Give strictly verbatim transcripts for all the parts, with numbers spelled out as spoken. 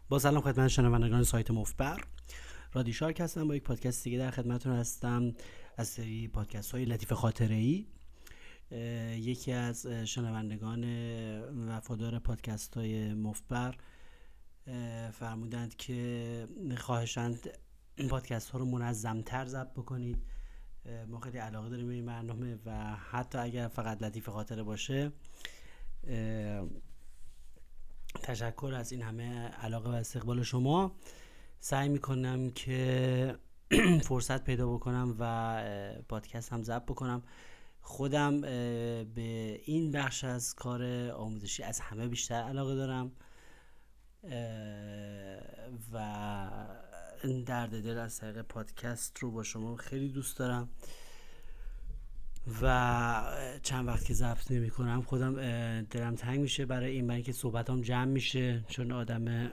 با سلام خدمت شنوندگان سایت مفبر، رادی شارک هستم. با یک پادکست دیگه در خدمتتون هستم از سری پادکست های لطیف خاطره‌ای. یکی از شنوندگان وفادار پادکست های مفبر فرمودند که خواهشند این پادکست ها رو منظم‌تر ضبط بکنید. ما خیلی علاقه داریم به این برنامه و حتی اگر فقط لطیف خاطره باشه، تشکر از این همه علاقه و استقبال شما. سعی میکنم که فرصت پیدا بکنم و پادکست هم ضبط بکنم. خودم به این بخش از کار آموزشی از همه بیشتر علاقه دارم و درد دل از طریق پادکست رو با شما خیلی دوست دارم و چند وقت که ضبط نمی کنم خودم دلم تنگ میشه برای این، برای که صحبتام جمع میشه، چون آدم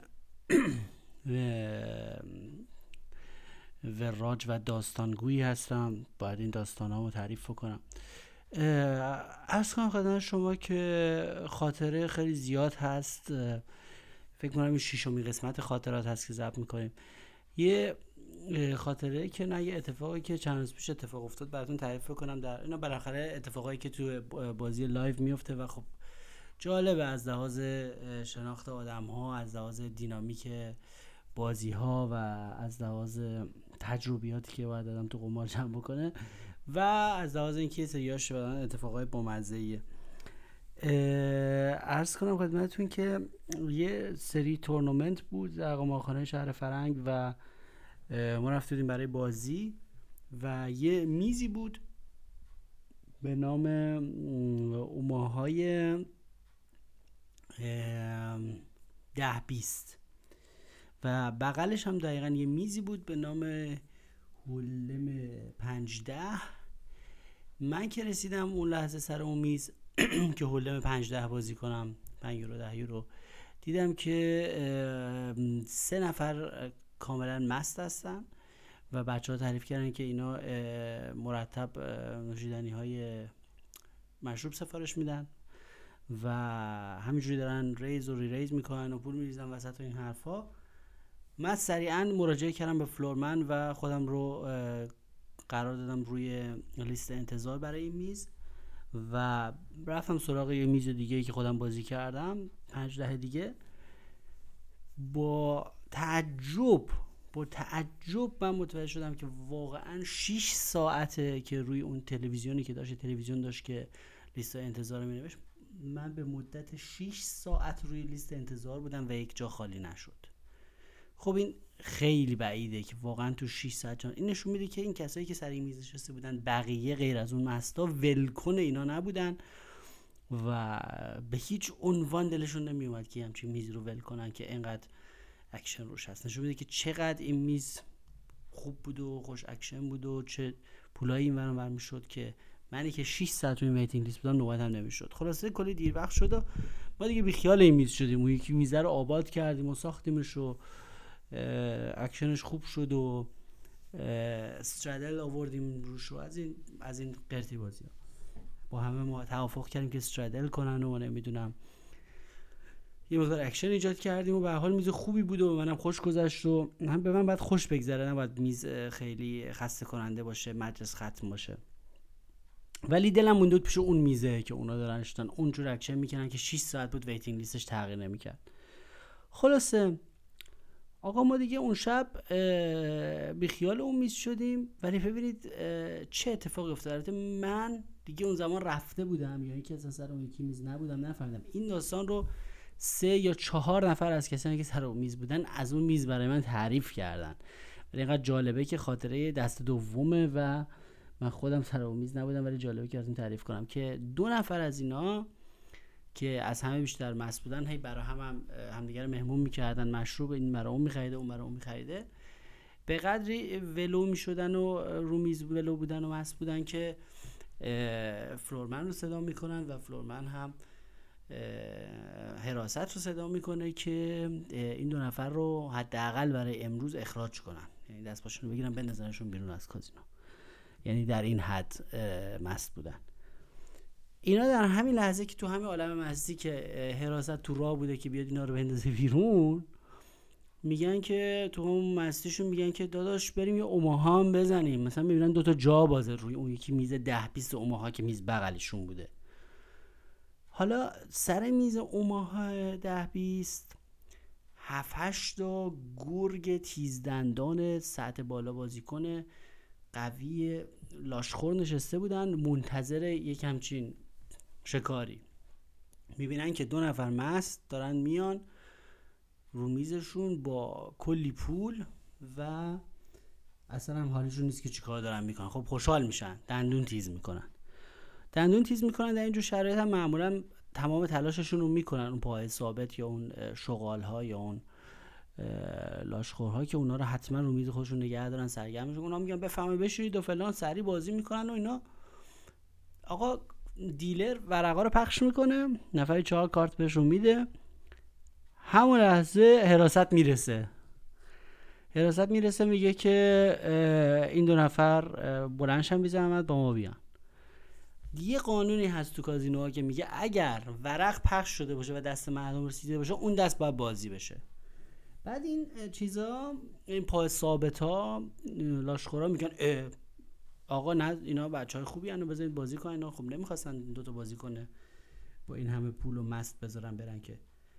وراج و داستانگویی هستم. باید این داستانامو تعریف کنم. عرض کنم خدمت شما که خاطره خیلی زیاد هست. فکر کنم این ششمین قسمت خاطرات هست که ضبط میکنیم. یه خاطره که نه یه اتفاقی که چند روز پیش اتفاق افتاد براتون تعریف کنم. در اینا بالاخره اتفاقایی که تو بازی لایو میفته و خب جالبه از لحاظ شناخت آدم ها، از لحاظ دینامیک بازی ها و از لحاظ تجربیاتی که باید آدم تو قمار جمع بکنه و از لحاظ اینکه سریاش اتفاقای بامزه‌ایه. عرض کنم خدمتتون که یه سری تورنمنت بود در قمارخانه شهر فرنگ و ما رفتیم برای بازی و یه میزی بود به نام اوماهای ده بیست و بغلش هم دقیقا یه میزی بود به نام هولم پنج ده. من که رسیدم اون لحظه سر اون میز که هولم پنج ده بازی کنم، پنج یورو ده یورو، دیدم که سه نفر کاملا مست هستن و بچه ها تعریف کردن که اینا مرتب نوشیدنی های مشروب سفارش میدن و همینجوری دارن ریز و ری ریز میکنن و پول میریزن وسط و این حرفا. من سریعا مراجعه کردم به فلورمن و خودم رو قرار دادم روی لیست انتظار برای این میز و رفتم سراغ یه میز دیگه که خودم بازی کردم، پنج ده دیگه. با تعجب با تعجب من متوجه شدم که واقعا شش ساعته که روی اون تلویزیونی که داشت تلویزیون داشت که لیست انتظار می نوشت، من به مدت شش ساعت روی لیست انتظار بودم و یک جا خالی نشد. خب این خیلی بعیده که واقعا تو شش ساعت جان. این نشون میده که این کسایی که سر این میز نشسته بودن بقیه غیر از اون مستا ولکن اینا نبودن و به هیچ عنوان دلشون نمی اومد که همچین میزی رو ول کنن که اینقدر اکشن روش هست. نشون میده که چقدر این میز خوب بود و خوش اکشن بود و چه پولایی این ورم برمی شد که منی که شش ساعت روی میتینگ لیست بودم نوبت هم نمی شد. خلاصه کلی دیر وقت شد و ما دیگه بی خیال این میز شدیم و یکی میزه رو آباد کردیم و ساختیمش و اکشنش خوب شد و استرادل آوردیم روش و از این از این قرتی بازی ها با همه ما توافق کردیم که استرادل کنن و نمیدونم یه مقدار اکشن ایجاد کردیم و به هر حال میز خوبی بود و منم خوش گذشت و هم به من بعد خوش بگذره، نه باید میز خیلی خسته کننده باشه، مجلس ختم باشه. ولی دلم مونده بود پیش اون میزه که اونا دارن شدن اونجور اکشن میکنن که شش ساعت بود ویتینگ لیستش تغییر نمیکرد. خلاصه آقا ما دیگه اون شب بی خیال اون میز شدیم. ولی ببینید چه اتفاقی افتاد. من دیگه اون زمان رفته بودم یا اینکه اصلا سر اون یکی میز نبودم، نفهمیدم. این داستان رو سه یا چهار نفر از کسانی که سر اون میز بودن از اون میز برای من تعریف کردن. ولی اینقدر جالبه که خاطره دست دومه و من خودم سر اون میز نبودم، ولی جالبه که ازون تعریف کنم که دو نفر از اینا که از همه بیشتر مست بودن هی برای هم, هم همدیگه رو مهمون میکردن، مشروب این برای اون میخریده اون برای اون میخریده، به قدری ولو میشدن و رو میز ولو بودن و مست بودن که فلورمن رو صدا میکنن و فلورمن هم حراست رو صدا میکنه که این دو نفر رو حداقل برای امروز اخراج کنن، یعنی دست پاشون رو بگیرن بندازنشون بیرون از کازینو. یعنی در این حد مست بودن اینا. در همین لحظه که تو همین عالم مستی که حراست تو راه بوده که بیاد اینا رو بندازه بیرون، میگن که تو اون مستیشون میگن که داداش بریم یه اوماها هم بزنیم، مثلا میبینن دوتا جا بازه روی اون یکی میز ده بیست اوماها که میز بغلشون بوده. حالا سر میز اوماها ده بیست هفت هشت تا گرگ تیزدندان سطح بالا بازیکن قوی لاشخور نشسته بودن منتظر یک همچین شکاری. میبینن که دو نفر مست دارن میان رو میزشون با کلی پول و اصلا هم حالشون نیست که چیکار دارن میکنن. خب خوشحال میشن، دندون تیز میکنن دندون تیز میکنن در اینجور شرایط هم معمولا تمام تلاششون رو میکنن اون پای ثابت یا اون شغال ها یا اون لاشخورها که اونا رو حتما رو میز خودشون نگه دارن سرگرمشون. اونا میگن بفهمه بشینید و فلان، سری بازی میکنن و اینا. آقا دیلر ورقا رو پخش میکنه، نفری چهار کارت بهشون میده، همون لحظه حراست میرسه حراست میرسه میگه که این دو نفر بلندشن بی زحمت با ما بیان. یه قانونی هست تو کازینوها که میگه اگر ورق پخش شده باشه و دست مردم رسیده باشه اون دست باید بازی بشه. بعد این چیزا، این پای ثابت ها لاشخورا میگن آقا نه اینا بچهای خوبی هستن بذارید بازی کنن. خب نمیخواستن دو تا بازی کنه با این همه پول و مست بذارن برن که.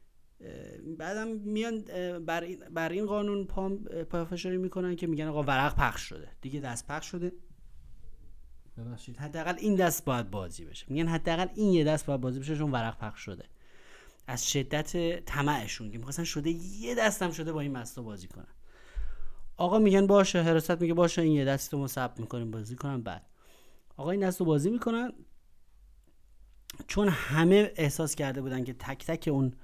بعدم میان بر این, بر این قانون پافشاری میکنن که میگن آقا ورق پخش شده دیگه، دست پخش شده، ببخشید حداقل این دست باید بازی بشه. میگن حداقل این یه دست باید بازی بشه چون ورق پخش شده. از شدت طمعشون که میخواستن شده یه دستم شده با این مستا بازی کنن. آقا میگن باشه، حراست میگه باشه این یه دستو ما ثبت میکنیم بازی کنن. بعد آقا این دستو بازی میکنن، چون همه احساس کرده بودن که تک تک اون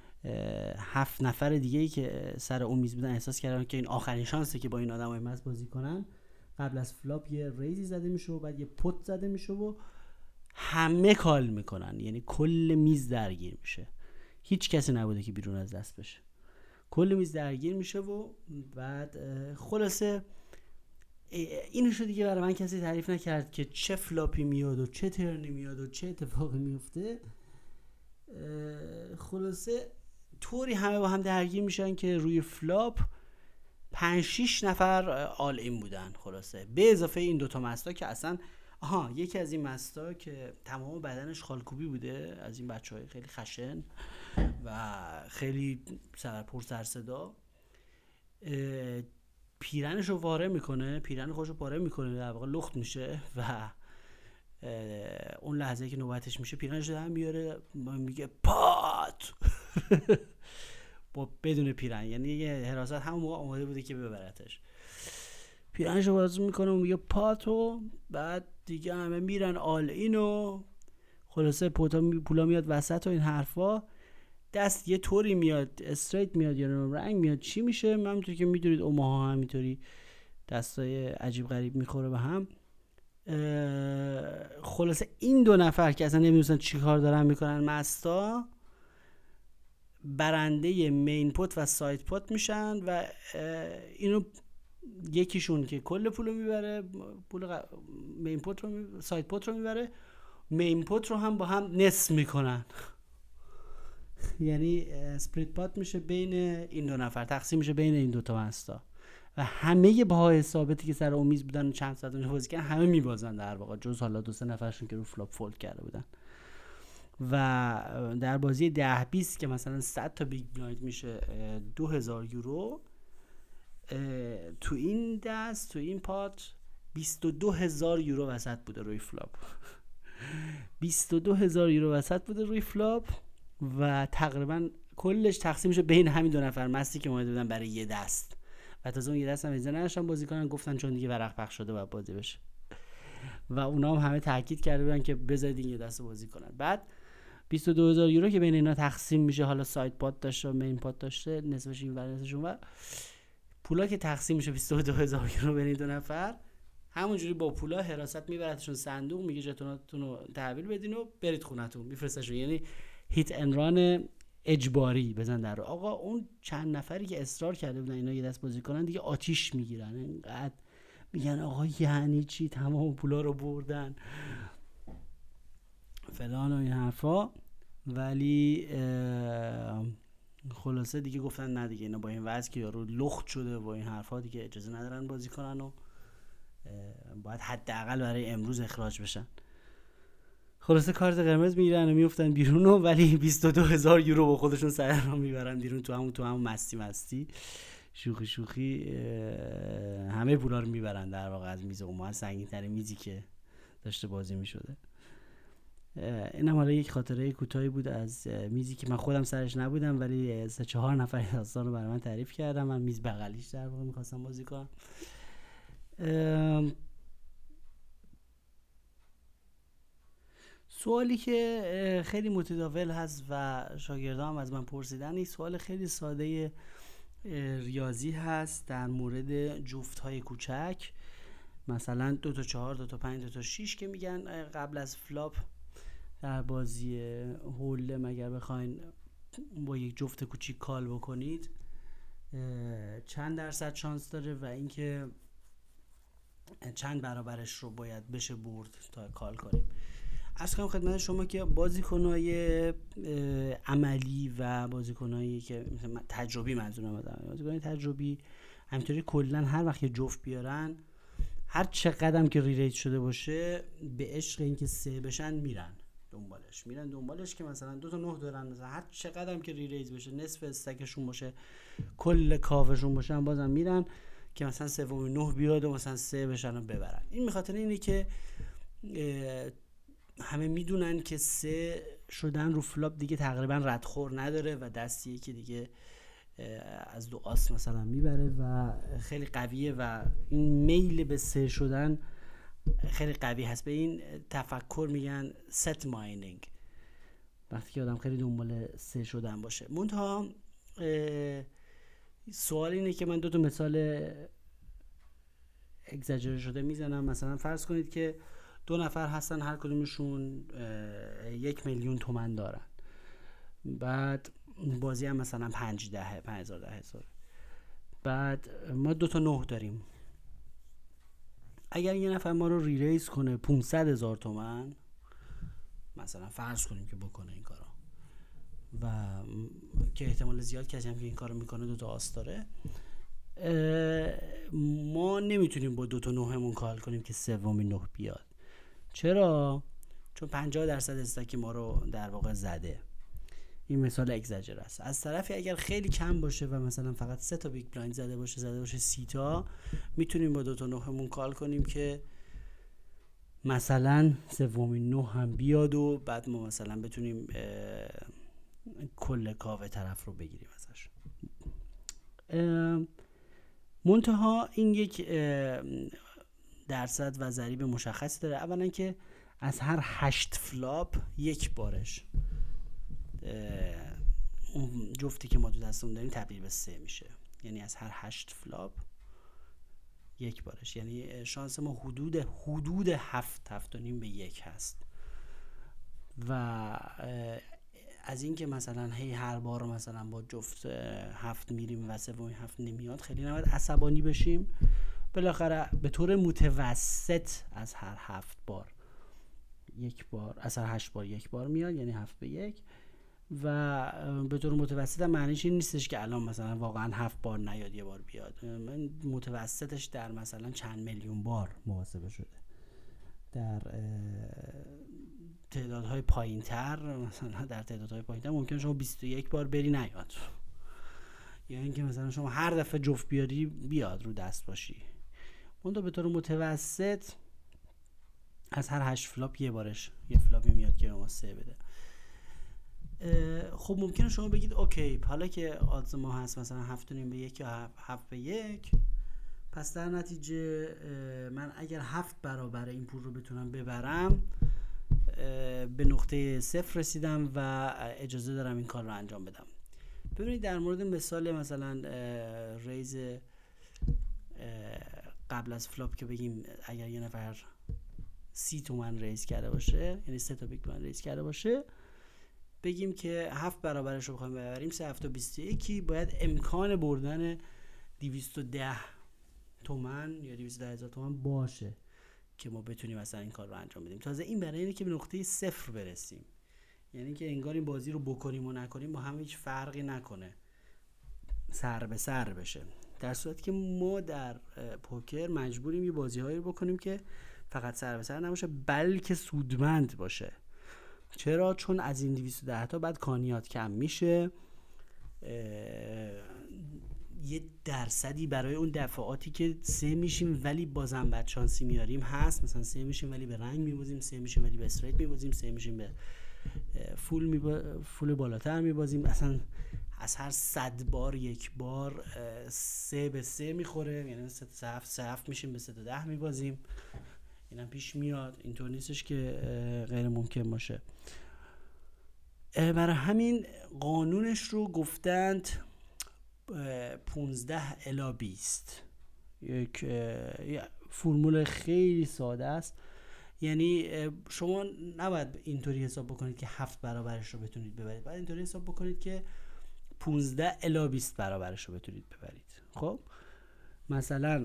هفت نفر دیگه‌ای که سر اون میز بودن احساس کردن که این آخرین شانسه که با این آدمای مست بازی کنن. قبل از فلاپ یه ریزی زده میشه و بعد یه پت زده میشه و همه کال میکنن، یعنی کل میز درگیر میشه، هیچ کسی نبوده که بیرون از دست بشه، کل میز درگیر میشه. و بعد خلاصه اینو شو دیگه برای من کسی تعریف نکرد که چه فلاپی میاد و چه ترنی میاد و چه اتفاقی میفته. خلاصه طوری همه با هم درگیر میشن که روی فلاپ پنج شیش نفر آل این بودن. خلاصه به اضافه این دوتا مستا که اصلا آها یکی از این مستا که تمام بدنش خالکوبی بوده، از این بچه های خیلی خشن و خیلی سر پر سر صدا، پیرنشو واره میکنه، پیرن خودشو پاره میکنه، در واقع لخت میشه و اون لحظه که نوبتش میشه پیرنشو در میاره میگه پات با بدون پیرن، یعنی یه حراست همون موقع آماده بوده که ببرتش. پیرنشو باز میکنه و میگه پاتو. بعد دیگه همه میرن آل اینو. خلاصه پولا میاد وسط و این حرفا، دست یه طوری میاد استریت میاد یا رنگ میاد چی میشه. من همونطور که میدونید اوماها همینطوری دستای عجیب غریب میخوره به هم. خلاصه این دو نفر که اصلا نمیدونستن چی کار دارن میکنن مستا، برنده مین پوت و ساید پوت میشن و اینو یکیشون که کل پولو میبره، پول ق... مین پوت رو می... ساید پوت رو میبره، مین پوت رو هم با هم نصف میکنن. یعنی اسپریت پات میشه بین این دو نفر، تقسیم میشه بین این دو تا مستا و همه باهای ثابتی که سر اون میز بودن و چند ساعت اونجا بازی کردن همه میبازن در واقع، جز حالا دو سه نفرشون که رو فلاپ فولد کرده بودن. و در بازی ده بیست که مثلا صد تا بیگ بلایند میشه دو هزار یورو، تو این دست تو این پات بیست و دو هزار یورو وسط بوده روی فلاپ. بیست و دو هزار یورو وسط بوده روی فلاپ و تقریبا کلش تقسیم میشه بین همین دو نفر مستی که اومده بودن برای یه دست و تازه اون یه دست هم اجازه نداشتن بازی کنن، گفتن چون دیگه ورق پخش شده باید بازی بشه و اونا هم همه تاکید کرده بودن که بذارید این یه دست بازی کنن. بعد بیست و دو هزار یورو که بین اینا تقسیم میشه، حالا ساید پات داشته و مین پات داشته، نصفش این ور نصفش اون ور، پولا که تقسیم میشه بیست و دو هزار یورو بین دو نفر، همونجوری با پولا حراست میبرتشون صندوق، میگه ژتوناتون رو تحویل بدین و برید خونتون، میفرستشون. یعنی هیت اند ران اجباری بزن در رو. آقا اون چند نفری که اصرار کرده بودن اینا یه دست بازی کنن دیگه آتیش میگیرن، اینقدر میگن آقا یعنی چی تمام پولا رو بردن فلان و این حرفا. ولی خلاصه دیگه گفتن نه دیگه اینا با این وضع که یارو لخت شده و این حرفا دیگه اجازه ندارن بازی کنن و باید حداقل برای امروز اخراج بشن. خلاصه کارت قرمز میگیرن و میافتن بیرون و ولی بیست و دو هزار یورو با خودشون سر را میبرن بیرون، تو همون تو همون مستی مستی شوخی شوخی همه پولا رو میبرن در واقع از میز قمار، سنگین ترین میزی که داشته بازی میشده. اینم حالا یک خاطره کوتاهی بود از میزی که من خودم سرش نبودم ولی سه چهار نفر داستان رو برای من تعریف کردم. من میز بغلیش در واقع میخواستم بازی کنم. سوالی که خیلی متداول هست و شاگردان از من پرسیدن، این سوال خیلی ساده ریاضی هست در مورد جفت های کوچک، مثلا دو تا چهار، دو تا پنج، دو تا شیش که میگن قبل از فلاپ در بازی هولم اگر بخواین با یک جفت کوچیک کال بکنید چند درصد شانس داره و اینکه چند برابرش رو باید بشه برد تا کال کنیم. عرض کنم خدمت شما که بازیکن‌های عملی و بازیکن‌هایی که مثلا تجربی، منظورم ازم بازیکن‌های تجربی همینطوری کلا هر وقت یه جفت بیارن، هر چقدر که ری ریز شده باشه به عشق اینکه سه بشن میرن دنبالش میرن دنبالش که مثلا دو تا نه دارن، مثلا هر چقدر که ری ریز بشه، نصف استکشون باشه، کل کافشون باشن، بازم میرن که مثلا سوم نه بیاد و مثلا سه بشن و ببرن. این به خاطر اینه که همه میدونن که سه شدن رو فلاپ دیگه تقریبا ردخور نداره و دستیه که دیگه از دو آس مثلا میبره و خیلی قویه و این میل به سه شدن خیلی قوی هست. به این تفکر میگن ست ماینینگ، وقتی که آدم خیلی دنبال سه شدن باشه. منتها سوال اینه که من دو تا مثال اگزاجره شده میزنم. مثلا فرض کنید که دو نفر هستن، هر کدومشون یک میلیون تومن دارن، بعد بازی هم مثلا پنج ده پنج هزار ده هزار، بعد ما دو تا نه داریم. اگر یه نفر ما رو ری ریز کنه پانصد هزار تومن مثلا، فرض کنیم که بکنه این کارو و که احتمال زیاد کسی هم که این کارو میکنه دو تا آس داره، ما نمیتونیم با دو تا نهمون کال کنیم که سومی نه بیاد. چرا؟ چون پنجاه درصد استاک ما رو در واقع زده. این مثال اگزاجر است. از طرفی اگر خیلی کم باشه و مثلا فقط سه تا بیگ بلایند زده باشه زده باشه سی تا، میتونیم با دو تا نهمون کال کنیم که مثلا سومی نه هم بیاد و بعد ما مثلا بتونیم کل کاوه طرف رو بگیریم ازش. منتها این یک درصد و ضریب مشخصی داره. اولا که از هر هشت فلاپ یک بارش اون جفتی که ما تو دستمون داریم تبدیل به سه میشه، یعنی از هر هشت فلاپ یک بارش، یعنی شانس ما حدود حدود هفت هفت و نیم به یک هست. و از این که مثلا هی هر بار مثلا با جفت هفت میریم و سومی هفت نمیاد خیلی نباید عصبانی بشیم. بالاخره به طور متوسط از هر هفت بار یک بار، از هر هشت بار یک بار میاد، یعنی هفت به یک. و به طور متوسط هم معنیش این نیستش که الان مثلا واقعا هفت بار نیاد یه بار بیاد. من متوسطش در مثلا چند میلیون بار محاسبه شده. در تعدادهای پایین تر، مثلا در تعدادهای پایین تر ممکنه شما بیست و یک بار بری نیاد، یا اینکه مثلا شما هر دفعه جفت بیاری بیاد رو دست باشی. منتها به طور متوسط از هر هشت فلاپ یه بارش یه فلاپی میاد که ما سه بده. خب ممکنه شما بگید اوکی حالا که آدز ما هست مثلا هفت و نیم به یک یا هفت به یک، پس در نتیجه من اگر هفت برابر این پول رو بتونم ببرم به نقطه صفر رسیدم و اجازه دارم این کار رو انجام بدم. ببینید در مورد مثال مثلا ریز قبل از فلاپ که بگیم اگر یه نفر سی تومن ریز کرده باشه، یعنی سه تا بیگ بلایند ریز کرده باشه، بگیم که هفت برابرش رو بخوایم ببریم سه هفت و بیست و یک، باید امکان بردن دویست و ده تومن یا دویست و ده هزار تومن باشه که ما بتونیم مثلا این کار رو انجام بدیم. تازه این برای اینه که به نقطه صفر برسیم، یعنی که انگار این بازی رو بکنیم و نکنیم با هم هیچ فرقی نکنه، سر به سر بشه. در صورتی که ما در پوکر مجبوریم یه بازی‌هایی رو بکنیم که فقط سر به سر نباشه بلکه سودمند باشه. چرا؟ چون از این دویست و ده تا بعد کانیات کم میشه، یه درصدی برای اون دفعاتی که سه میشیم ولی بازم بد شانسی میاریم هست. مثلا سه میشیم ولی به رنگ میبازیم، سه میشیم ولی به استریت میبازیم، سه میشیم به فول میبا... فول بالاتر میبازیم. اصلا از هر صد بار یک بار سه به سه میخوره، یعنی سه تا هفت سه هفت میشیم به سه تا ده میبازیم. اینم پیش میاد، اینطور نیستش که غیر ممکن باشه. برای همین قانونش رو گفتند پونزده الی بیست. یک فرمول خیلی ساده است. یعنی شما نباید اینطوری حساب بکنید که هفت برابرش رو بتونید ببرید، باید اینطوری حساب بکنید که پونزده الی بیست برابرش رو بتونید ببرید. خب مثلا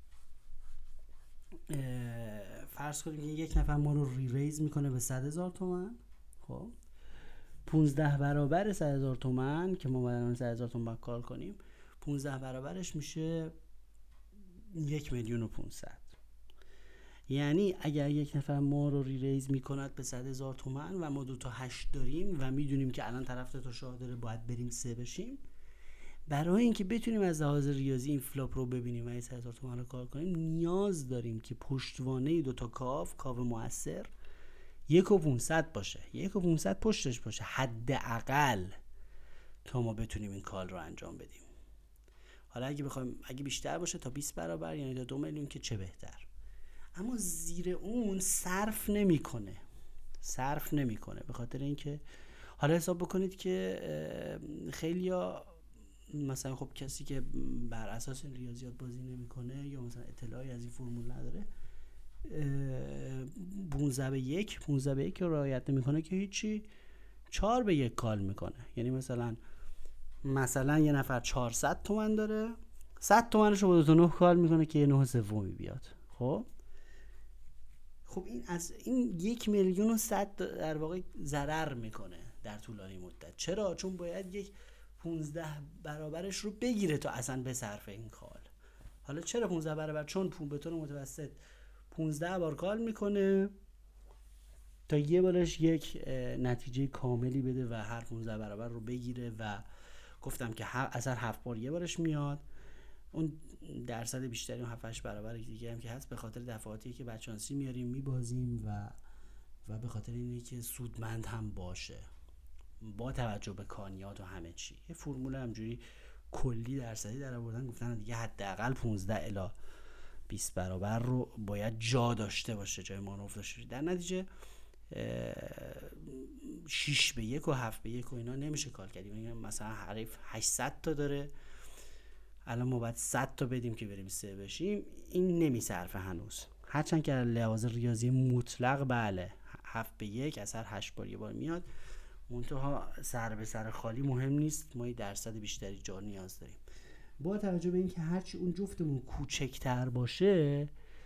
فرض کنید که یک نفر ما رو ری ریز میکنه به صد هزار تومان. خب پونزده برابر صد هزار تومان که ما باید صد هزار تومان کال کنیم، پونزده برابرش میشه یک میلیون و پونصد. یعنی اگر یک نفر ما رو ری ریز میکند به صد هزار تومان و ما دو تا هشت داریم و میدونیم که الان طرف دو تا شاه داره، باید بریم سه بشیم. برای اینکه بتونیم از لحاظ ریاضی این فلاپ رو ببینیم و این صد هزار تومان رو کار کنیم، نیاز داریم که پشتوانه دو تا کاو کاو موثر یک و پونصد باشه، یک و پونصد پشتش باشه حداقل، تا ما بتونیم این کال رو انجام بدیم. حالا اگه بخوایم اگه بیشتر باشه تا بیست برابر، یعنی تا دو میلیون، که چه بهتر. اما زیر اون صرف نمیکنه، صرف نمیکنه به خاطر اینکه حالا حساب بکنید که خیلیا مثلا خب کسی که بر اساس ریاضیات بازی نمیکنه یا مثلا اطلاعی از این فرمول نداره، پونزده به یک پونزده به یک رو رعایت نمیکنه که هیچی، چهار به یک کال میکنه. یعنی مثلا مثلا یه نفر چهارصد تومن داره، صد تومنش رو با دو تا نه کال میکنه که یه نه سومی بیاد. خب خب این از این یک میلیون و صد در واقع ضرر میکنه در طولانی مدت. چرا؟ چون باید یک پونزده برابرش رو بگیره تا اصلا به صرف این کال. حالا چرا پونزده برابر؟ چون پون به طور متوسط پونزده بار کال میکنه تا یه بارش یک نتیجه کاملی بده و هر پونزده برابر رو بگیره و گفتم که از هر هفت بار یه بارش میاد. اون درصد بیشتری اون هفت هشت برابر دیگه هم که هست به خاطر دفعاتی که بچانسی میاریم میبازیم و و به خاطر اینه که سودمند هم باشه با توجه به کانیات و همه چی. یه فرمول همجوری کلی درصدی در آوردن، گفتن دیگه حداقل پونزده الی بیست برابر رو باید جا داشته باشه، جای مانور داشته. در نتیجه شش به یک و هفت به یک و اینا نمیشه کار کرد. یعنی مثلا حریف هشتصد تا داره، الان ما باید صد تا بدیم که بریم سه بشیم، این نمیصرفه هنوز. هرچند که لحاظ ریاضی مطلق بله هفت به یک از هر هشت بار یه بار میاد، منتها سر به سر خالی مهم نیست، ما یه درصد بیشتری جا نیاز داریم. با توجه به اینکه هرچی اون جفتمون کوچکتر باشه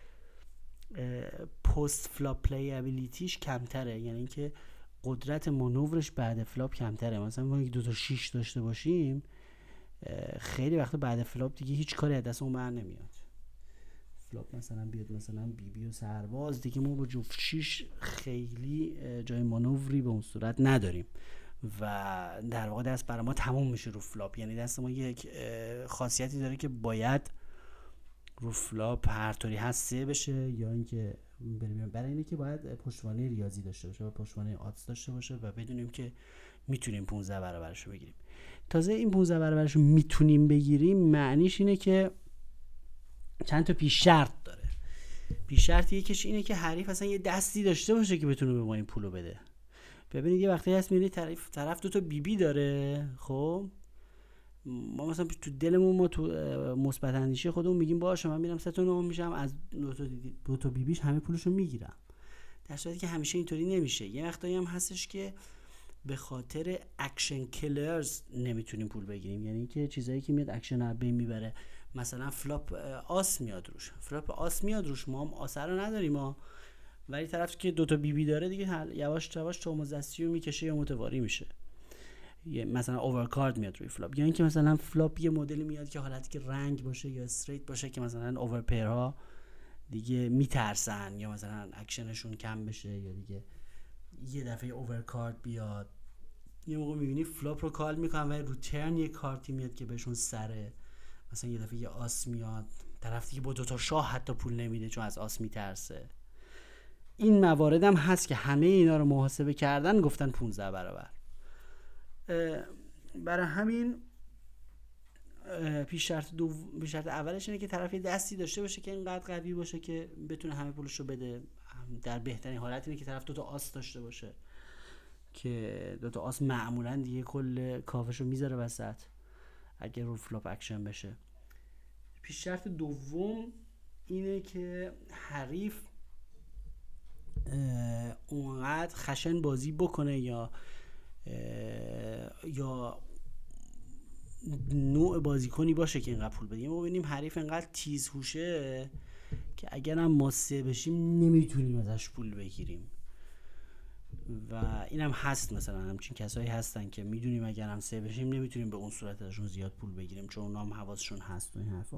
پست فلاپ پلی ابیلیتیش کمتره، یعنی اینکه قدرت مانورش بعد فلاپ کمتره. مثلا ما یک دو تا شیش داشته باشیم خیلی وقتا بعد فلاپ دیگه هیچ کاری از دستمون بر نمیاد. فلاپ مثلا بیاد مثلا بی بی و سرباز، دیگه ما با جفت شیش خیلی جای مانوری به اون صورت نداریم و در واقع دست برای ما تموم میشه رو فلاپ. یعنی دست ما یک خاصیتی داره که باید رو فلاپ هر طوری هست سه بشه، یا اینکه بریم برای اینه که باید پشتوانه ریاضی داشته باشه و پشتوانه آدز داشته باشه و بدونیم که میتونیم پونزده برابرش رو بگیریم. تازه این پونزده برابرش رو میتونیم بگیریم معنیش اینه که چند تا پیش شرط داره. پیش شرط یکیش اینه که حریف اصلا یه دستی داشته باشه که بتونه به ما این پولو بده. ببینید یه وقتی هست میبینید طرف طرف دو تا بی بی داره، خب ما مثلا تو دلمون ما تو مثبت اندیشی خودمون میگیم باشه من میرم سه تا نه میشم از دو تا دو تا بی بیش همه پولشو میگیرم، در صورتی که همیشه اینطوری نمیشه. یه وقتایی هم هستش که به خاطر اکشن کلرز نمیتونیم پول بگیریم، یعنی که چیزایی که میاد اکشن رو بین میبره. مثلا فلاپ آس میاد روش، فلاپ آس میاد روش، ما هم آس رو نداریم، ما ولی طرف که دوتا بی بی داره دیگه یواش یواش توماس دستی رو میکشه یا متواری میشه، یه مثلا اوورکارد میاد روی فلاپ، یا اینکه مثلا فلاپ یه مدلی میاد که حالتی که رنگ باشه یا استریت باشه که مثلا اوورپیرها دیگه میترسن یا مثلا اکشنشون کم بشه یا دیگه یه دفعه اوورکارد بیاد. یه موقع میبینی فلاپ رو کال میکنن و رو ترن یه کارتی میاد که بهشون سره، مثلا یه دفعه یه آس میاد، طرف دیگه با دوتا شاه حتی پول نمیده چون از آس میترسه. این موارد هم هست که همه اینا رو محاسبه کردن گفتن پانزده برابر. برای همین پیش شرط دو پیش شرط اولش اینه که طرف یه دستی داشته باشه که اینقدر قوی باشه که بتونه همه پولش رو بده. در بهترین حالت اینه که طرف دوتا آس داشته باشه که دوتا آس معمولا دیگه کل کافش رو میذاره وسط اگه رو فلاپ اکشن بشه. پیش شرط دوم اینه که حریف اونقدر خشن بازی بکنه یا یا نوع بازیکنی باشه که اینقدر پول بدیم. ما ببینیم حریف اینقدر تیز هوشه که اگر هم ما سه بشیم نمیتونیم ازش پول بگیریم و اینم هست. مثلا همچین کسایی هستن که میدونیم اگر هم سه بشیم نمیتونیم به اون صورت ازشون زیاد پول بگیریم چون اونا هم حواسشون هست و این حرفا.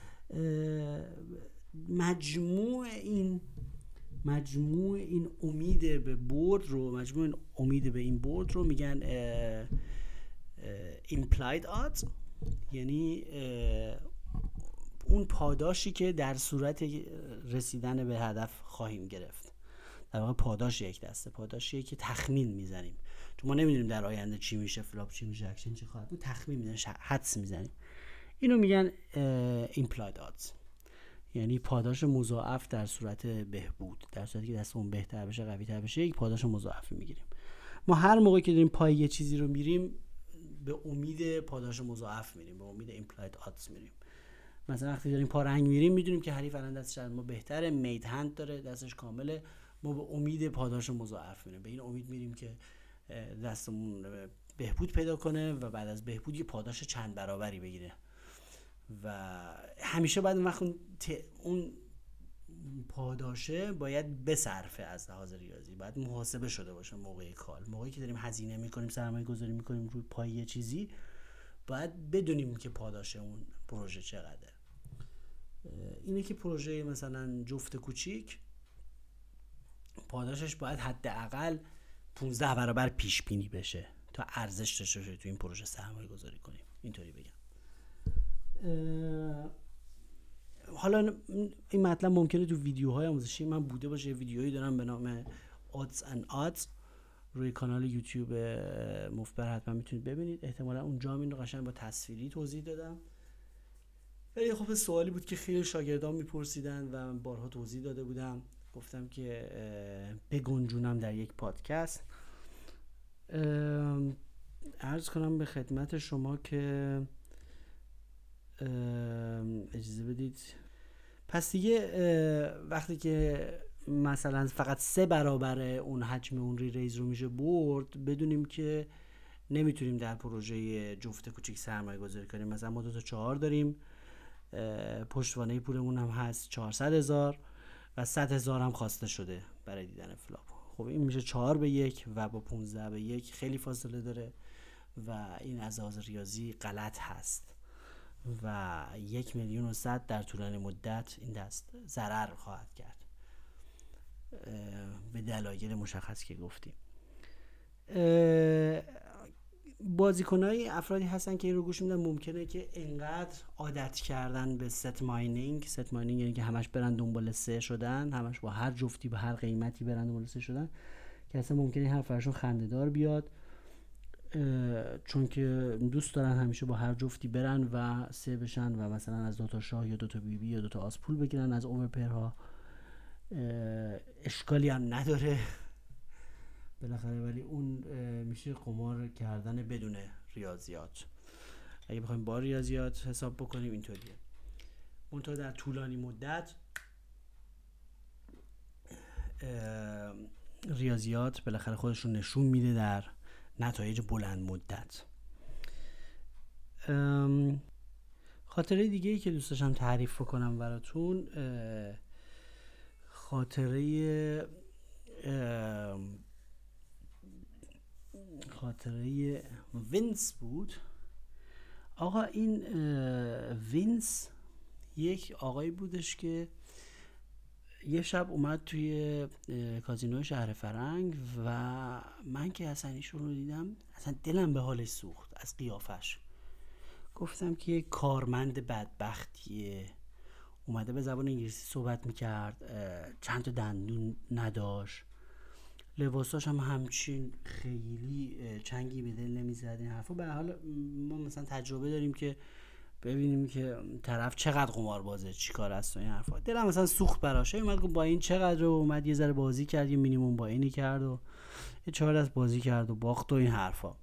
مجموع این مجموع این امید به برد رو مجموع این امید به این برد رو میگن اه اه implied odds، یعنی اون پاداشی که در صورت رسیدن به هدف خواهیم گرفت. در واقع پاداش یک دسته پاداشیه که تخمین میزنیم چون ما نمیدونیم در آینده چی میشه، فلاپ چی میشه، اکشن چی خواهد بود، تخمین میزنیم، حدس میزنیم. اینو میگن implied odds، یعنی پاداش مضاعف در صورت بهبود، در صورتی که دستمون بهتر بشه، قوی تر بشه، یک پاداش مضاعفی میگیریم. ما هر موقع که داریم پای یه چیزی رو میریم به امید پاداش مضاعف میریم، به امید implied odds میریم. مثلا وقتی داریم پا رنگ میریم میدونیم که حریف الان دستش از ما بهتره، مید هند داره، دستش کامله، ما به امید پاداش مضاعف میریم، به این امید میریم که دستمون بهبود پیدا کنه و بعد از بهبود یه پاداش چند برابری بگیره. و همیشه باید وقت اون پاداشه باید بصرفه از لحاظ ریاضی، باید محاسبه شده باشه موقع کال. موقعی که داریم هزینه میکنیم، سرمایه گذاری میکنیم روی پای یه چیزی، باید بدونیم که پاداش اون پروژه چقدره. اینه که پروژه مثلا جفت کوچیک پاداشش باید حداقل پانزده برابر پیش بینی بشه تا ارزش داشته باشه تو این پروژه سرمایه گذاری کنیم، اینطوری بگم. حالا این مطلب ممکنه تو ویدیوهای آموزشی من بوده باشه، ویدیوهایی دارم به نام Odds and Odds روی کانال یوتیوب مفبر، حتما میتونید ببینید. احتمالا اونجا این رو قشنگ با تصویری توضیح دادم. ولی خب سوالی بود که خیلی شاگردان میپرسیدن و من بارها توضیح داده بودم، گفتم که بگنجونم در یک پادکست. عرض کنم به خدمت شما که اجازه بدید. پس دیگه وقتی که مثلا فقط سه برابر اون حجم اون ری ریز رو میشه برد، بدونیم که نمیتونیم در پروژه جفت کوچیک سرمایه گذاری کنیم. مثلا ما دو تا چهار داریم، پشتوانه پولمون هم هست چهارصد هزار و صد هزار هم خواسته شده برای دیدن فلاپ. خب این میشه چهار به یک و با پانزده به یک خیلی فاصله داره و این از لحاظ ریاضی غلط هست و یک میلیون و صد در طولانی مدت این دست ضرر خواهد کرد به دلایل مشخص که گفتیم. بازیکنای افرادی هستن که این رو گوش میدن، ممکنه که انقدر عادت کردن به ست ماینینگ، ست ماینینگ یعنی که همش برن دنبال سه شدن، همش با هر جفتی به هر قیمتی برن دنبال سه شدن، که اصلا ممکنه هر فرشون خنده‌دار بیاد چون که دوست دارن همیشه با هر جفتی برن و سه بشن و مثلا از دوتا شاه یا دوتا بی بی یا دوتا آس پول بگیرن از اوورپیرها. اشکالی هم نداره بالاخره، ولی اون میشه قمار کردن بدون ریاضیات. اگه بخوایم با ریاضیات حساب بکنیم اینطوریه. منتها در طولانی مدت ریاضیات بالاخره خودشون نشون میده در نتایج بلند مدت. خاطره دیگه ای که دوست داشتم تعریف کنم براتون، خاطره خاطره وینس بود. آقا این وینس یک آقایی بودش که یه شب اومد توی کازینو شهر فرنگ و من که اصلا ایشون رو دیدم اصلا دلم به حالش سوخت از قیافش. گفتم که یه کارمند بدبختیه، اومده به زبان انگلیسی صحبت میکرد، چند تا دندون نداشت، لباساش هم همچین خیلی چنگی به دل نمیزد این حرفا. به حال ما مثلا تجربه داریم که ببینیم که طرف چقدر قماربازه، چیکار است و این حرفا. دلم مثلا سوخت براش. اومد گفت با این چقدر، اومد یه ذره بازی کرد، یه مینیمم با اینی کرد و یه چهار دست بازی کرد و باخت و این حرفا.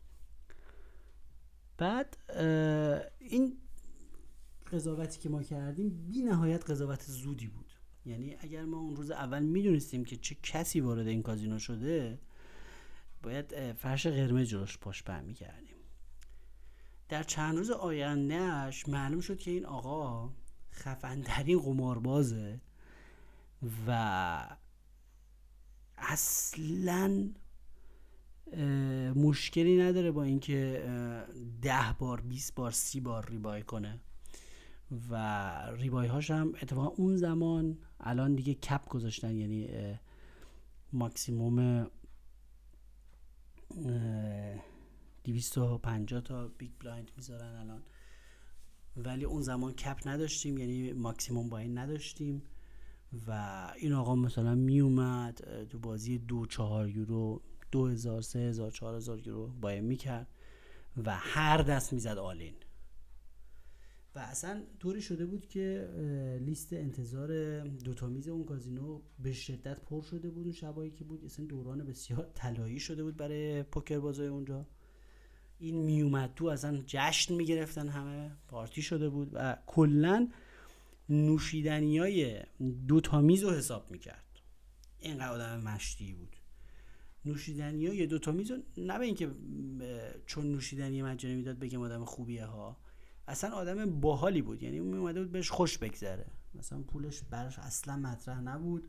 بعد این قضاوتی که ما کردیم بی نهایت قضاوت زودی بود. یعنی اگر ما اون روز اول میدونستیم که چه کسی وارد این کازینو شده، باید فرش قرمز جلوش پاش پهن می‌کردیم. در چند روز آیندهش معلوم شد که این آقا خفن‌ترین قماربازه و اصلاً مشکلی نداره با اینکه ده بار بیست بار سی بار ریبای کنه و ریبای هاش هم اتفاقا اون زمان، الان دیگه کپ گذاشتن، یعنی ماکسیموم دویست و پنجاه تا بیگ بلایند میذارن الان، ولی اون زمان کپ نداشتیم، یعنی ماکسیموم با این نداشتیم و این آقا مثلا میومد تو بازی دو چهار یورو دو هزار سه هزار چهار هزار یورو باید میکرد و هر دست میزد آلین و اصلا طوری شده بود که لیست انتظار دوتا میز اون کازینو به شدت پر شده بود. اون شبایی که بود اصلا دوران بسیار طلایی شده بود برای پوکر بازای اونجا. این میومد تو اصلا جشن میگرفتن، همه پارتی شده بود و کلن نوشیدنیای دوتا میز رو حساب میکرد. اینقدر آدم مشتی بود. نوشیدنیای دوتا میز رو نه به اینکه چون نوشیدنی مجانی میداد بگم آدم خوبیه ها، اصلا آدم باحالی بود. یعنی اون اومده بود بهش خوش بگذره، مثلا پولش براش اصلا مطرح نبود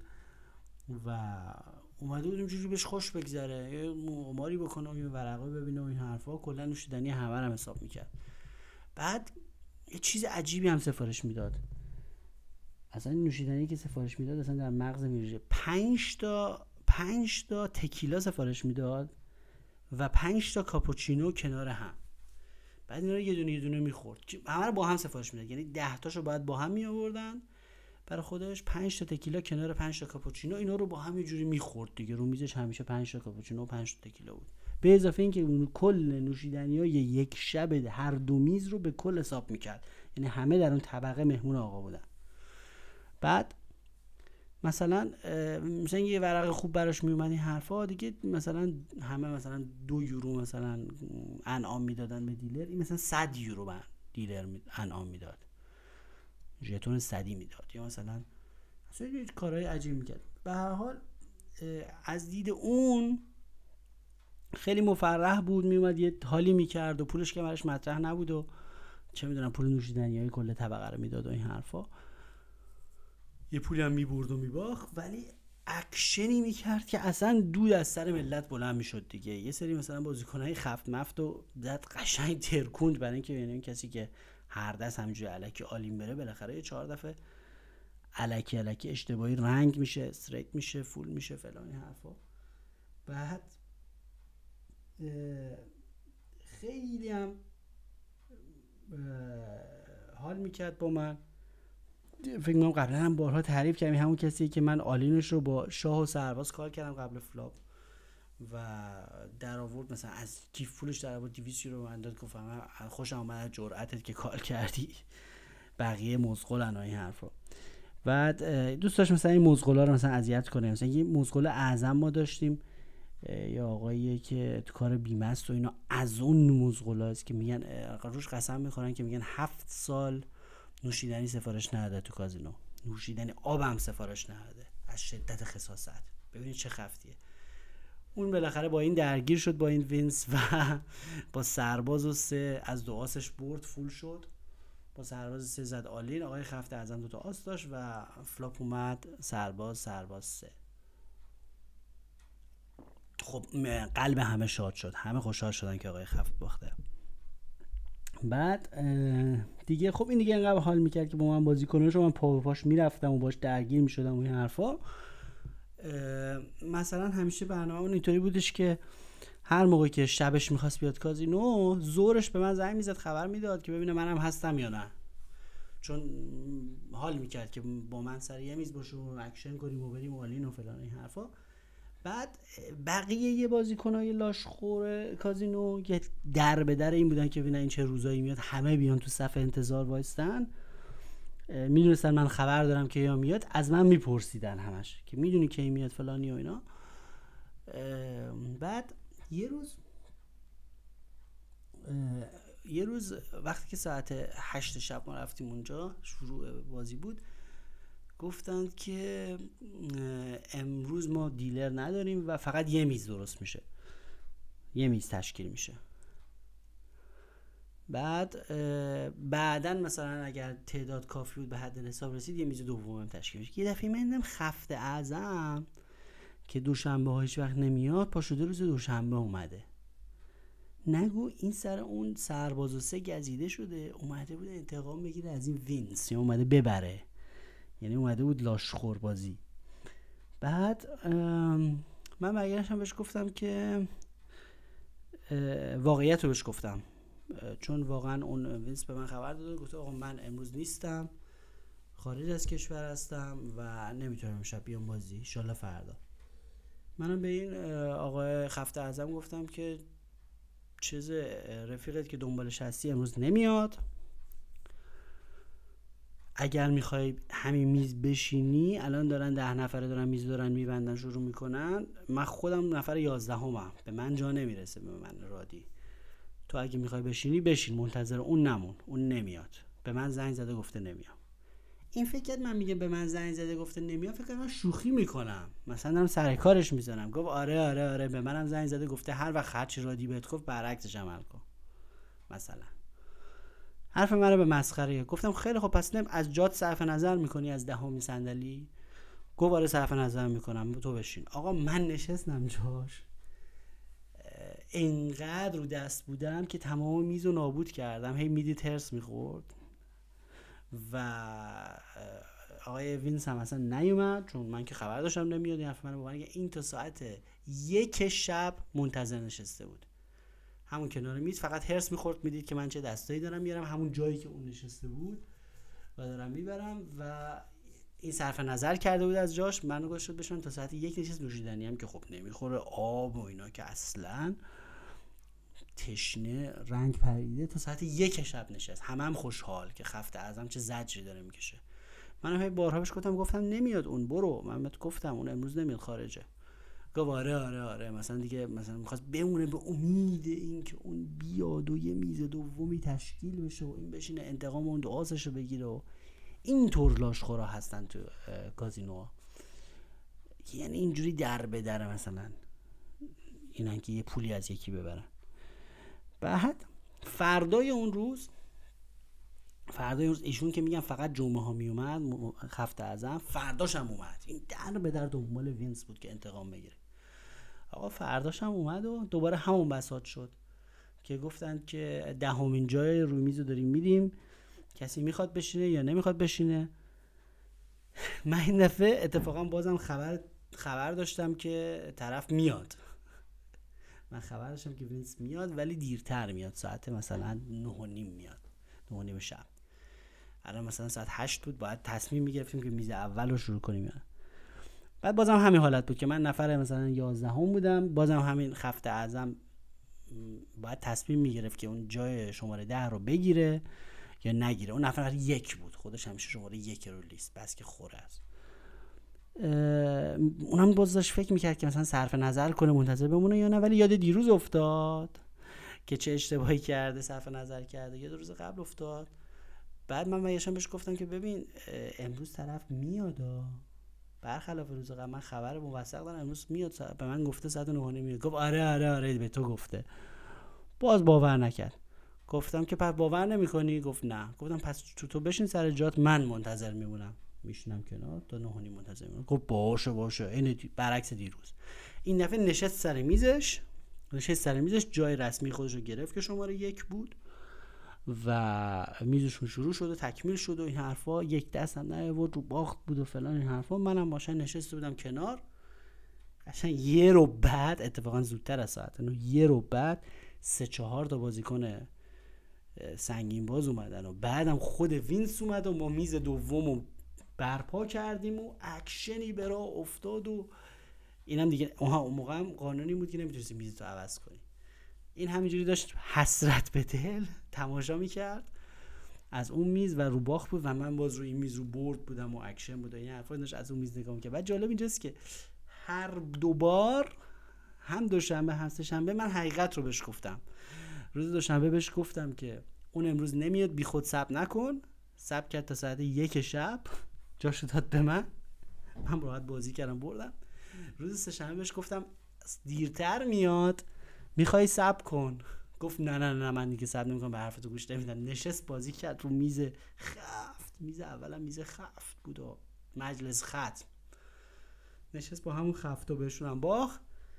و اومده بود اینجوری بهش خوش بگذره، یه قماری بکنه و یه ورقه ببینه و این حرفا. کلا نوشیدنی همه رو حساب میکرد. بعد یه چیز عجیبی هم سفارش میداد. اصلا نوشیدنی که سفارش میداد اصلا در مغز میریزه. پنج تا پنج تا تکیلا سفارش میداد و پنج تا کاپوچینو کنار هم. بعد اینا رو یه دونه یه دونه میخورد، همه رو با هم سفارش میداد، یعنی ده تاشو باید با هم می آوردن برای خودش. پنج تا تکیلا کنار پنج تا کاپوچینو، اینا رو با هم یه جوری میخورد دیگه. رو میزش همیشه پنج تا کاپوچینو و پنج تا تکیلا بود، به اضافه اینکه اون کل نوشیدنیای یک شب هر دو میز رو به کل حساب میکرد، یعنی همه در اون طبقه مهمون آقا بودن. بعد مثلا مثلا یه ورق خوب براش میومد این حرفا دیگه، مثلا همه مثلا دو یورو مثلا انعام میدادن به دیلر، این مثلا صد یورو به دیلر انعام میداد، ژتون صدی میداد، یا مثلا اصلا یه کارهای عجیب میکرد. به هر حال از دید اون خیلی مفرح بود، میومد یه حالی میکرد و پولش که براش مطرح نبود و چه میدونم پول نوشیدنیای کل طبقه رو میداد و این حرفا. یه پولی هم میبرد و میباخت، ولی اکشنی میکرد که اصلا دود از سر ملت بلند میشد دیگه. یه سری مثلا بازیکنای خفت مفت و زد قشنگ ترکوند، برای اینکه یعنی کسی که هر دست همینجوری الکی آلین بره بالاخره یه چهار دفعه الکی الکی اشتباهی رنگ میشه، استریت میشه، فول میشه، فلان این حرفا. بعد خیلی هم حال میکرد با من. فکر می‌کنم قبلا هم بارها تعریف کردم، همون کسیه که من آلینش رو با شاه و سرباز کار کردم قبل فلاپ و در آورد، مثلا از کیف پولش در آورد دویست یورو من داد. گفتم خوشم اومد جرأتت که کار کردی، بقیه مزغلن و این حرفا. بعد دوست داشت مثلا این مزغلا رو مثلا اذیت کنه. مثلا یه مزغل اعظم ما داشتیم، یا آقاییه که تو کار بیمه است و اینا، از اون مزغلاست که میگن روش قسم میخورن که میگن هفت سال نوشیدنی سفارش نداده تو کازینو، نوشیدنی آب هم سفارش نداده از شدت خساست. ببینید چه خفتیه. اون بالاخره با این درگیر شد با این وینس و با سرباز و سه از دو آسش برد، فول شد با سرباز سه زد آلین. آقای خفت اعظم دوتا آس داشت و فلاپ اومد سرباز سرباز سه. خب قلب همه شاد شد، همه خوشحال شدن که آقای خفت باخته. بعد دیگه خب این دیگه انقدر حال میکرد که با من بازی کنه، شو من پا به پاش میرفتم و باش درگیر میشدم و این حرفا. مثلا همیشه برنامه‌مون اینطوری بودش که هر موقع که شبش میخواست بیاد کازینو، زورش به من زنگ میزد خبر میداد که ببینه منم هستم یا نه، چون حال میکرد که با من سر یه میز باشه و اکشن کنیم و بریم آلین و فلان این حرفا. بعد بقیه یه بازیکنای لاشخور کازینو که در به در این بودن که ببینن این چه روزایی میاد، همه بیان تو صف انتظار وایستن، میدونستن من خبر دارم که یا میاد، از من میپرسیدن همش که میدونی کی میاد فلانی و اینا. بعد یه روز یه روز وقتی که ساعت هشت شب ما رفتیم اونجا، شروع بازی بود، گفتند که امروز ما دیلر نداریم و فقط یه میز درست میشه، یه میز تشکیل میشه. بعد بعدن مثلا اگر تعداد کافی بود به حد حساب رسید یه میز دوم تشکیل میشه. یه دفعه من دیدم خفت اعظم که دوشنبه ها هیچ وقت نمیاد، پا شده روز دوشنبه اومده. نگو این سر اون سرباز و سه گزیده شده، اومده بود انتقام بگیره از این وینس، یا اومده ببره، یعنی اومده بود لاشخور بازی. بعد من برگشتم بهش گفتم که واقعیت رو بهش گفتم، چون واقعا اون وینس به من خبر داده، گفت آقا من امروز نیستم، خارج از کشور هستم و نمیتونم امشب بیام بازی، ان شاءالله فردا. منم به این آقای خفت اعظم گفتم که چیز رفیقت که دنبالش هستی امروز نمیاد، اگر میخوای همین میز بشینی، الان دارن ده نفره دارن میز دارن میبندن شروع میکنن، من خودم نفر یازدهمم، به من جا نمیرسه، به من رادی، تو اگه میخوای بشینی بشین، منتظر اون نمون، اون نمیاد، به من زنگ زده گفته نمیام. این فکر کرد من میگم به من زنگ زده گفته نمیام، فکر کنم شوخی میکنم، مثلا دارم سر کارش میزنم. گفت آره آره آره به منم زنگ زده گفته هر وقت هر چی رادی بهت گفت برعکسش عمل کن. مثلا حرف منو به مسخره گفتم خیلی خب پس نم از جات صرف نظر میکنی از دهمین صندلی؟ گفت آره صرف نظر میکنم، تو بشین. آقا من نشستم جاش، اینقدر رو دست بودم که تمام میزو نابود کردم، هی میدی ترس میخورد و آقای وینس هم اصلا نیومد، چون من که خبر داشتم نمیاد. این حرف منو با من این تا ساعت یک شب منتظر نشسته بود همون کنار میز، فقط هرس میخورد، میدید که من چه دستایی دارم میارم همون جایی که اون نشسته بود و دارم میبرم و این صرف نظر کرده بود از جاش. منو گذاشت بشون تا ساعت یک نشست نوشیدنی هم که خب نمیخوره، آب و اینا که اصلا تشنه رنگ پریده، تا ساعت یک شب نشست، همه هم خوشحال که خفت اعظم چه زجری داره میکشه. منم هی بارها بهش گفتم گفتم نمیاد اون، برو، من بهت گفتم اون امروز نمیاد خارجه. گفت آره آره آره مثلا دیگه مثلا می‌خواست بمونه به امید این که اون بیاد و یه میز دومی تشکیل بشه و این بشینه انتقام اون دعاسشو بگیره و این طور لاشخورا هستن تو کازینو، یعنی اینجوری در به در مثلا اینن که یه پولی از یکی ببرن. بعد فردای اون روز فردای اون روز ایشون که میگن فقط جمعه ها میومد خفت اعظم، فرداش هم اومد، این در به در دنبال وینس بود که انتقام بگیره. آقا فرداش هم اومد و دوباره همون بساط شد که گفتن که دهمین جای روی میزو داریم میدیم، کسی میخواد بشینه یا نمیخواد بشینه. من این دفعه اتفاقا بازم خبر خبر داشتم که طرف میاد، من خبر داشتم که وینس میاد ولی دیرتر میاد، ساعت مثلا نه و نیم میاد، نه و نیم شب. الان مثلا ساعت هشت بود، باید تصمیم میگرفتیم که میز اول رو شروع کنیم یا. بعد بازم همین حالت بود که من نفر مثلا یازدهم بودم، بازم همین خفت اعظم باید تصمیم میگرفت که اون جای شماره ده رو بگیره یا نگیره. اون نفر یک بود، خودش همیشه شماره یک رو لیست، بس که خوره است. اونم باز داشت فکر میکرد که مثلا صرف نظر کنه منتظر بمونه یا نه، ولی یاد دیروز افتاد که چه اشتباهی کرده، صرف نظر کرده، یاد روز قبل افتاد. بعد من میاشم بهش گفتم که ببین امروز طرف میاد، برخلاف روز قبل من خبر موثق دارم امروز میاد، به من گفته ساعت نه میاد. گفت آره آره آره به تو گفته. باز باور نکرد. گفتم که پس باور نمی‌کنی؟ گفت نه. گفتم پس تو تو بشین سر جات، من منتظر میمونم. میشینم کنار تا نه و نیم منتظر میمونم. گفت باشه باشه. این برعکس دیروز. این دفعه نشست سر میزش، نشست سر میزش، جای رسمی خودش رو گرفت که شماره یک بود و میزشون شروع شد و تکمیل شد و این حرفا. یک دست هم نیاورد، رو باخت بود و فلان این حرفا. منم باشن نشسته بودم کنار. قشنگ یه رو بعد، اتفاقا زودتر از ساعت نه، یه رو بعد سه چهار تا بازیکن سنگین باز اومدن و بعدم خود وینس اومد و ما میز دومو برپا کردیم و اکشنی برا افتاد و اینم دیگه اون موقع هم قانونی بود که نمیتونستی میزتو عوض کنی. این همینجوری داشت حسرت به دل تماشا میکرد از اون میز و رو باخت بود و من باز رو این میز رو برد بودم و اکشن بود و این حرفا داشت از اون میز نگاه میکرد. بعد جالب اینجاست که هر دوبار، هم دوشنبه هم سه شنبه، من حقیقت رو بهش گفتم. روز دوشنبه بهش گفتم که اون امروز نمیاد، بی خود صبر نکن. صبر کرد تا ساعت یک شب، جاشو داد به من، من راحت بازی کردم بردم. روز سه شنبه بهش گفتم دیرتر میاد، میخوای صبر کن؟ گفت نه نه نه من دیگه صبر نمیکنم، به حرفتو گوش نمیدم. نشست بازی کرد رو میز خفت. میز اولم میز خفت بود و مجلس ختم. نشست با همون خفتا بهشونم باخت.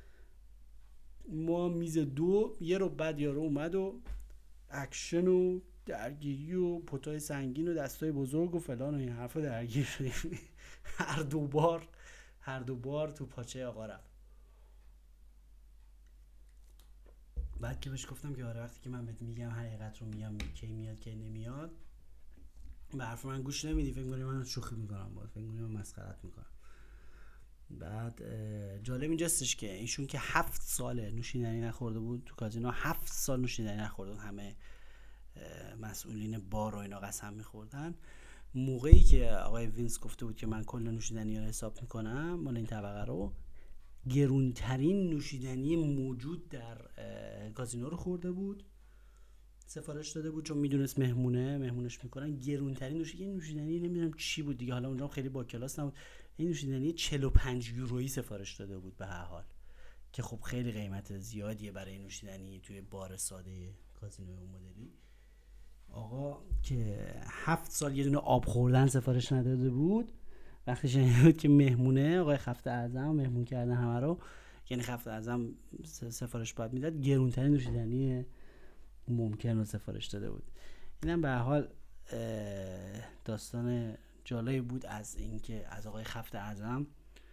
ما میز دو یه رو بعد یارو اومد و اکشن و درگیری و پتای سنگین و دستای بزرگ و فلان و این حرفا درگیر شدیم. هر دو بار هر دو بار تو پاچه آقا رفت. بعد که بهش گفتم که آره وقتی که من بهت میگم حقیقت رو میگم، کی میاد کی نمیاد، به حرف من گوش نمیدی، فکر می‌کنی من شوخی میکنم باهات، فکر می‌کنی من مسخرت میکنم. بعد جالب اینجاستش که ایشون که هفت ساله نوشیدنی نخورده بود تو کازینو، هفت سال نوشیدنی نخورده، همه مسئولین بار و اینا قسم میخوردن. موقعی که آقای وینس گفته بود که من کل نوشیدنی رو حساب میکنم مال این طبقه رو، گرونترین نوشیدنی موجود در کازینو رو خورده بود، سفارش داده بود چون میدونست مهمونه مهمونش میکنن. گرونترین نوشیدنی نوشیدنی نمیدونم چی بود دیگه، حالا اونجا خیلی با کلاس نبود. این نوشیدنی چهل و پنج یورویی سفارش داده بود به هر حال، که خب خیلی قیمت زیادیه برای نوشیدنی توی بار ساده کازینو اون مدلی. آقا که هفت سال یه دونه آب خوردن سفارش نداده بود، وقتی شنید بود که مهمونه آقای خفت اعظم مهمون کردن همه رو، یعنی خفت اعظم سفارش باید میداد، گرونترین نوشیدنی ممکن رو سفارش داده بود. اینم به هر حال داستان جالبی بود از اینکه از آقای خفت اعظم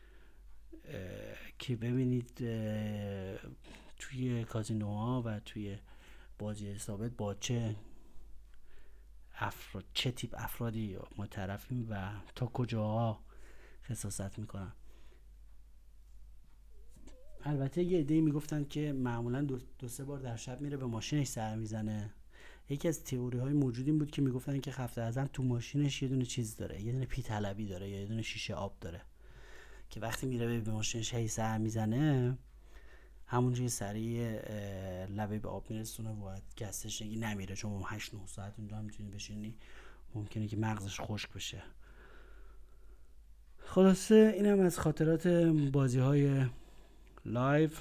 که ببینید توی کازینوها و توی بازی ثابت با چه افراد، چه تیپ افرادی ما طرفیم و تا کجاها خساست میکنن. البته یه عده‌ای میگفتن که معمولا دو, دو سه بار در شب میره به ماشینش سر میزنه. یکی از تئوری های موجود این بود که میگفتن که خفت اعظم تو ماشینش یه دونه چیز داره، یه دونه پی طلبی داره یا یه دونه شیشه آب داره که وقتی میره به ماشینش هی سر میزنه همونجوری سریع لبه به آب میرسونه و گستش نمیره، چون هشت نه ساعت اونجا هم میتونی بشینی، ممکنه که مغزش خشک بشه. خلاصه اینم از خاطرات بازی های لایو.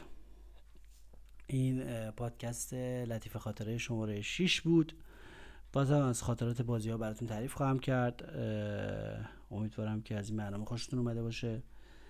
این پادکست لطیف خاطره شماره شش بود. بازم از خاطرات بازی ها براتون تعریف خواهم کرد. امیدوارم که از این برنامه خوشتون اومده باشه.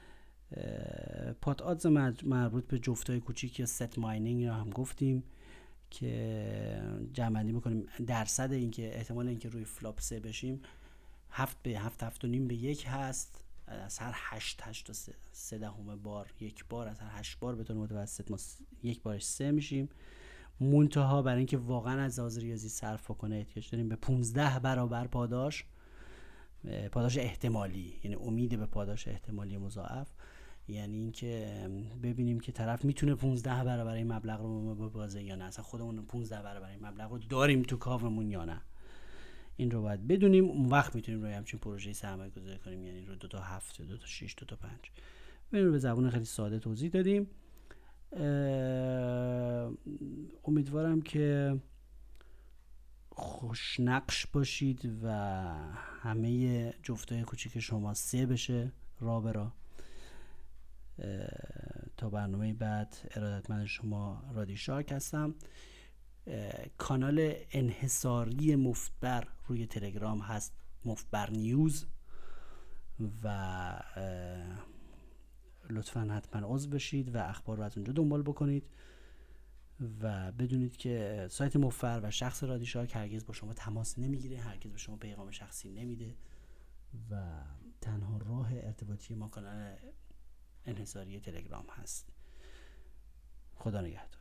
پاد آدز مربوط به جفتای کوچیک یا ست ماینینگ رو هم گفتیم که جمع‌بندی میکنیم. درصد اینکه احتمال اینکه روی فلاپ سه بشیم هفت به هفت هفت و نیم به یک هست. از هر هشت هشت تا سه, سه دهم بار یک بار، از هر هشت بار به طور متوسط ما یک بارش سه میشیم. منتها برای اینکه واقعا از لحاظ ریاضی صرف کنه احتیاج داریم به پانزده برابر پاداش پاداش احتمالی، یعنی امید به پاداش احتمالی مضاعف. یعنی اینکه ببینیم که طرف میتونه پانزده برابر این مبلغ رو ببازه یا نه، اصلا خودمون پانزده برابر این مبلغ رو داریم تو کاومون یا نه. این رو باید بدونیم، اون وقت میتونیم روی همچین پروژه‌ای سرمایه گذاری کنیم، یعنی رو دو تا هفت، دو تا شش، دو تا پنج. اینو به زبان خیلی ساده توضیح دادیم. امیدوارم که خوشنقش باشید و همه جفتای کوچیک شما سه بشه را به را. تا برنامه بعد ارادتمند شما رادی شارک هستم. کانال انحصاری مفتبر روی تلگرام هست، مفتبر نیوز، و لطفاً حتما عضو بشید و اخبار رو از اونجا دنبال بکنید و بدونید که سایت مفر و شخص رادیشاک هرگز با شما تماس نمیگیره، هرگز به شما پیغام شخصی نمیده و تنها راه ارتباطی ما کانال انحصاری تلگرام هست. خدا نگهدار.